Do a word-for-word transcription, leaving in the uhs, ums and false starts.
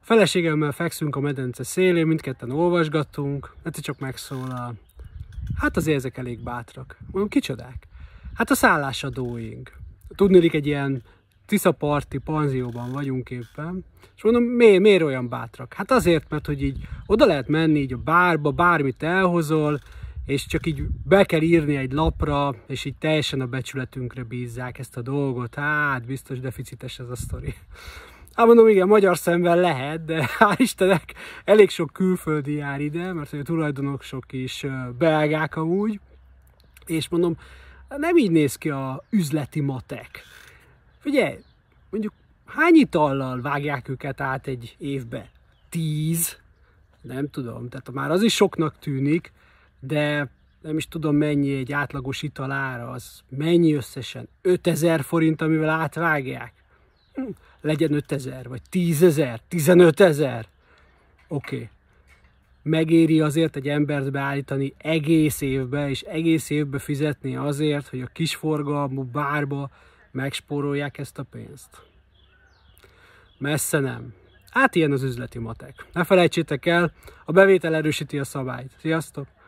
Feleségemmel fekszünk a medence szélén, mindketten olvasgattunk, egyszer csak megszólal. Hát azért ezek elég bátrak. Mondom, kicsodák? Hát a szállásadóink. Tudnélik, egy ilyen tiszaparti panzióban vagyunk éppen, és mondom, miért, miért olyan bátrak? Hát azért, mert hogy így oda lehet menni így a bárba, bármit elhozol, és csak így be kell írni egy lapra, és így teljesen a becsületünkre bízzák ezt a dolgot. Hát, biztos deficites ez a sztori. Hát mondom, igen, magyar szemben lehet, de hál' Istennek elég sok külföldi jár ide, mert a tulajdonosok is belgák amúgy, és mondom, nem így néz ki a üzleti matek. Figyelj, mondjuk hány itallal vágják őket át egy évbe? Tíz? Nem tudom, tehát már az is soknak tűnik, de nem is tudom mennyi egy átlagos ital ára, az mennyi összesen? ötezer forint, amivel átvágják? Hm, legyen ötezer, vagy tízezer, tizenötezer? Oké. Okay. Megéri azért egy embert beállítani egész évbe, és egész évbe fizetni azért, hogy a kisforgalmú bárba megspórolják ezt a pénzt. Messze nem. Hát ilyen az üzleti matek. Ne felejtsétek el, a bevétel erősíti a szabályt. Sziasztok!